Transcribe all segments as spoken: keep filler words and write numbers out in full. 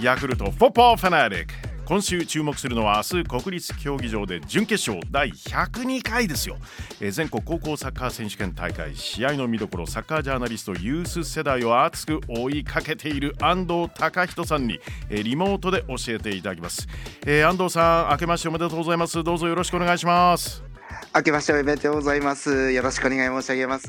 ヤクルトフォッポーファナティック。今週注目するのは明日国立競技場で準決勝だいひゃくにかいですよ。えー、全国高校サッカー選手権大会、試合の見どころ、サッカージャーナリスト、ユース世代を熱く追いかけている安藤貴人さんに、えー、リモートで教えていただきます。えー、安藤さん、明けましておめでとうございます。どうぞよろしくお願いします。 明けましておめでとうございます。よろしくお願い申し上げます。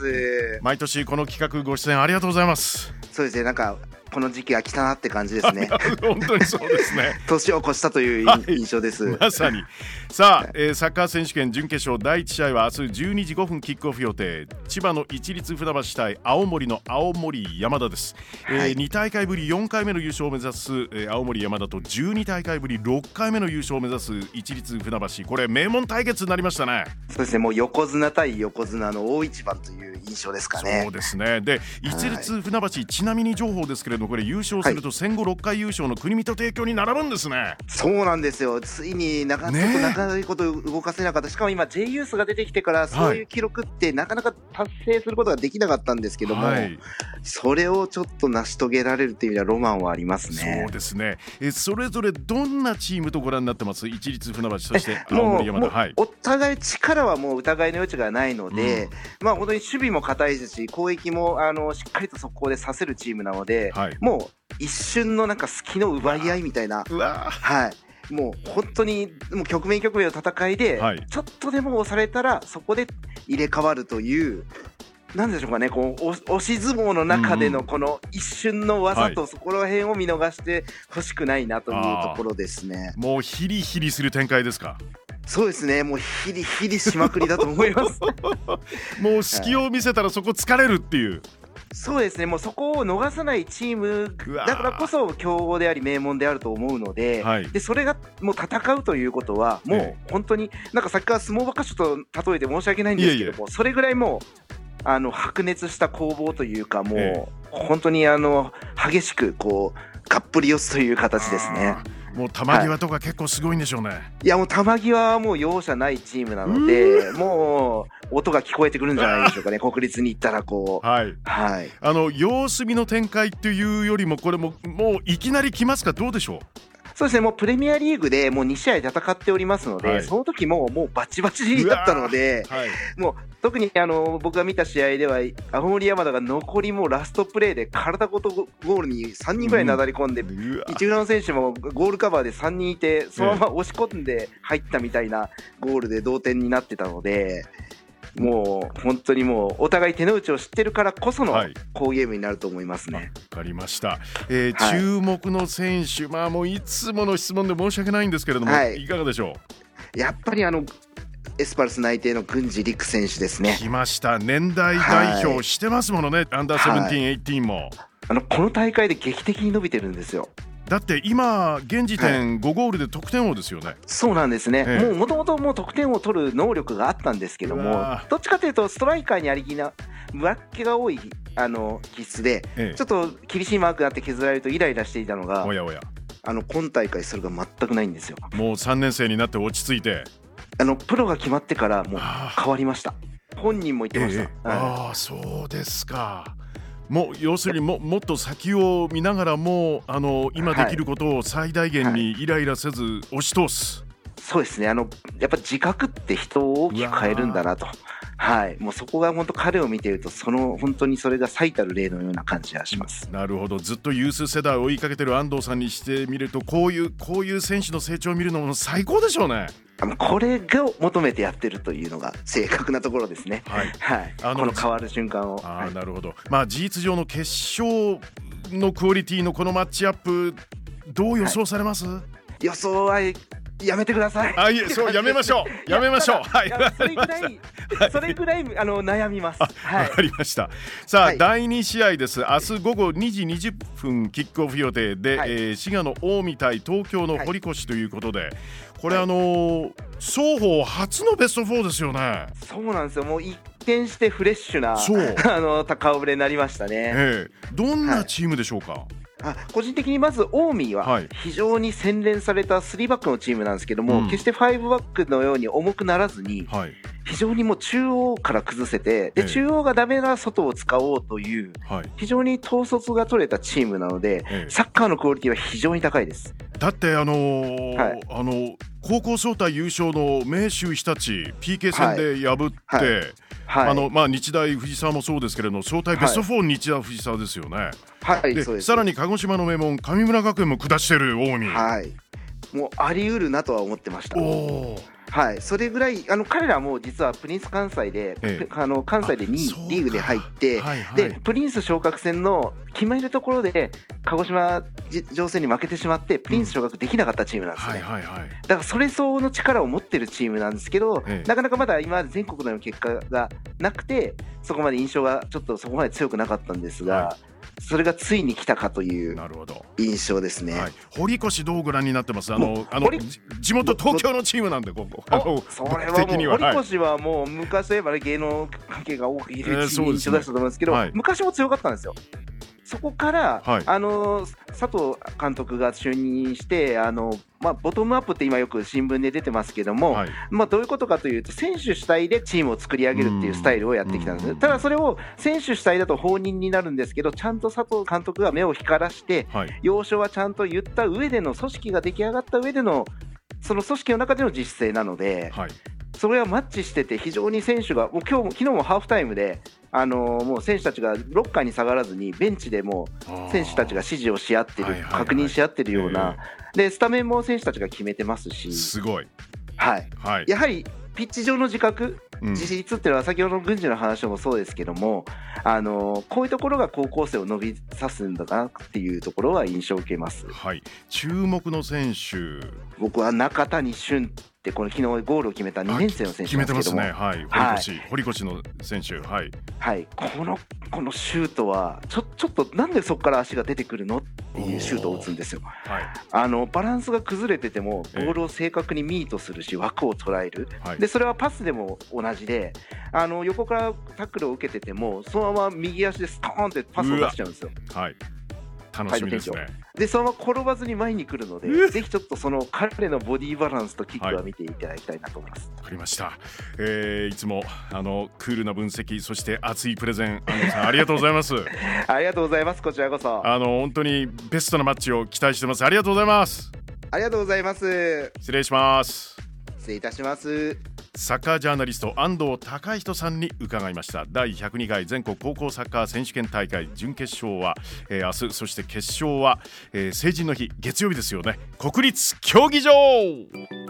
毎年この企画ご出演ありがとうございます。 そうですね、なんかこの時期が来たなって感じですね。 本当にそうですね。 年を越したという、はい、印象です。 まさに。さあ、えー、サッカー選手権準決勝だいいち試合は明日じゅうにじごふんキックオフ予定。千葉の市立船橋対青森の青森山田です。はい、えー、に大会ぶりよんかいめの優勝を目指す、えー、青森山田とじゅうに大会ぶりろっかいめの優勝を目指す市立船橋、これ名門対決になりましたね。 そうですね、もう横綱対横綱の大一番という印象ですかね。 そうですね。で、市立船橋、はい、ちなみに情報ですけれども、これ優勝すると戦後ろっかい優勝の国見と帝京に並ぶんですね。 そうなんですよ。ついになかなか、ね、長いこと動かせなかった。しかも今 J ユースが出てきてからそういう記録ってなかなか達成することができなかったんですけども、はい、それをちょっと成し遂げられるという意味ではロマンはありますね。 そうですね。えそれぞれどんなチームとご覧になってます？市立船橋、そして青森山田。はい、 お互い力はもう疑いの余地がないので、うん、まあ本当に守備も堅いですし、攻撃もあのしっかりと速攻でさせるチームなので、はい、もう一瞬のなんか隙の奪い合いみたいな、 うわ、 はい、もう本当にもう局面局面の戦いで、はい、ちょっとでも押されたらそこで入れ替わるという、なんでしょうかね、こう押し相撲の中でのこの一瞬の技と、そこら辺を見逃してほしくないなというところですね。 もうヒリヒリする展開ですか？ そうですね、もうヒリヒリしまくりだと思いますもう隙を見せたらそこ疲れるっていう、はい、 そうですね、もうそこを逃さないチームだからこそ強豪であり名門であると思うので、はい、でそれがもう戦うということはもう本当になんかサッカー相撲ばっかしと例えて申し訳ないんですけども、いやいや、それぐらいもうあの白熱した攻防というか、もう本当にあの激しくこうがっぷり四つという形ですね。 もう球際とか結構すごいんでしょうね。はい、 いやもう球際はもう容赦ないチームなので、もう音が聞こえてくるんじゃないでしょうかね国立に行ったらこう、 はいはい、あの様子見の展開っていうよりも、これももういきなり来ますか？どうでしょう？ そうですね、もうプレミアリーグでもうに試合戦っておりますので、はい、その時ももうバチバチだったので、はい、もう特にあの僕が見た試合では青森山田が残りもうラストプレーで体ごとゴールにさんにんぐらいなだれ込んで、うん、一浦の選手もゴールカバーでさんにんいて、そのまま押し込んで入ったみたいなゴールで同点になってたので、もう本当にもうお互い手の内を知ってるからこその好ゲームになると思いますね。 わかりました。えーはい、注目の選手、まあもういつもの質問で申し訳ないんですけれども、はい、いかがでしょう？やっぱりあのエスパルス内定の郡司陸選手ですね。 来ました。年代代表してますものね、はい、アンダーセブンティーン、エイティーンもあのこの大会で劇的に伸びてるんですよ。 だって今現時点ごゴールで得点王ですよね。はい、 そうなんですね。ええ、もう元々もう得点を取る能力があったんですけども、どっちかというとストライカーにありきな上っ気が多いあの気質で、ええ、ちょっと厳しいマークがあって削られるとイライラしていたのが、 おやおや、 あの今大会それが全くないんですよ。 もうさんねん生になって落ち着いて、 あのプロが決まってからもう変わりました。本人も言ってました。ええ、 はい、ああそうですか。もう要するに も, もっと先を見ながらもあの今できることを最大限にイライラせず押し通す。 はい、そうですね、あのやっぱ自覚って人を大きく変えるんだなと、はい、もうそこが本当彼を見ているとその本当にそれが最たる例のような感じがします。 なるほど。ずっとユース世代を追いかけてる安藤さんにしてみると、こういうこういう選手の成長を見るのも最高でしょうね。 これを求めてやってるというのが正確なところですね。はい、はい、あのこの変わる瞬間を。 あ、 はい、 なるほど。まあ事実上の決勝のクオリティのこのマッチアップ、どう予想されます？はい、 予想はやめてください。 あ、いえ、そうやめましょうやめましょう。はい、 それぐらいそれぐらいあの悩みます。 わ、はい、かりました。さあ、はい、だいに試合です。明日午後にじにじゅっぷんキックオフ予定で、はい、えー、滋賀の近江対東京の堀越ということで、はい、これ、はい、あのー、双方初のベストフォーですよね。 そうなんですよ。もう一転してフレッシュなあの顔ぶれになりましたね。 えー、どんなチームでしょうか？はい、 あ、個人的にまず近江は非常に洗練されたスリーバックのチームなんですけども、うん、決してファイブバックのように重くならずに、はい、 非常にもう中央から崩せて、で中央がダメなら外を使おうという非常に統率が取れたチームなので、ええ、サッカーのクオリティは非常に高いです。 だってあのーはい、あの高校総体優勝の明秀日立 ピーケー 戦で破って、はいはいはい、あのまあ、日大藤沢もそうですけれども、総体ベストよん、日大藤沢ですよね。 はい、 でそうです。 さらに鹿児島の名門神村学園も下してる近江、 はい、もうあり得るなとは思ってました。おはい、それぐらいあの彼らも実はプリンス関西で、ええ、あの関西でにいリーグで入って、はいはい、でプリンス昇格戦の決めるところで鹿児島情勢に負けてしまってプリンス昇格できなかったチームなんですね、うんはいはいはい、だからそれ相応の力を持ってるチームなんですけど、ええ、なかなかまだ今全国の結果がなくてそこまで印象がちょっとそこまで強くなかったんですが、はい、それがついに来たかという印象ですね。はい、 堀越どうご覧になってます？あのあの地元東京のチームなんで、ここあのそれはもう堀越はもう昔といえば芸能関係が多くいるチーム印象だったと思うんですけど、えーねはい、昔も強かったんですよ。そこから、はい、あの佐藤監督が就任してあの、まあ、ボトムアップって今よく新聞で出てますけども、はい、まあ、どういうことかというと選手主体でチームを作り上げるっていうスタイルをやってきたんです。ただそれを選手主体だと放任になるんですけど、ちゃんと佐藤監督が目を光らして、はい、要所はちゃんと言った上での組織が出来上がった上でのその組織の中での自主性なので、はい、それはマッチしてて非常に選手がもう今日も昨日もハーフタイムであのー、もう選手たちがロッカーに下がらずにベンチでも選手たちが指示をし合ってる、確認し合ってるような、でスタメンも選手たちが決めてますし、 すごい、 はいはい、やはりピッチ上の自覚、自立っていうのは先ほどの軍事の話もそうですけども、あのー、こういうところが高校生を伸びさすんだなっていうところは印象を受けます。 はい、注目の選手、 僕は中谷俊ってこの昨日ゴールを決めたにねん生の選手なんですけども、 決めてますね、はい、堀越、はい、堀越の選手、はい、 はい、このこのシュートはちょちょっとなんでそこから足が出てくるのっていうシュートを打つんですよ。はい、あのバランスが崩れててもボールを正確にミートするし、枠を捉える、はい、でそれはパスでも同じで、あの横からタックルを受けててもそのまま右足でストーンってパスを出しちゃうんですよ。 はい、楽しみですね。 でそのまま転ばずに前に来るので、ぜひちょっとその彼のボディバランスとキックは見ていただきたいなと思います。 わ、はい、かりました。えー、いつもあのクールな分析、そして熱いプレゼン、安藤さんありがとうございます。 ありがとうございます。こちらこそあの本当にベストなマッチを期待してます。ありがとうございます。 ありがとうございます。 失礼します。 失礼いたします。 サッカージャーナリスト安藤孝人さんに伺いました。だいひゃくにかい全国高校サッカー選手権大会準決勝は、えー、明日、そして決勝は、えー、成人の日月曜日ですよね、国立競技場。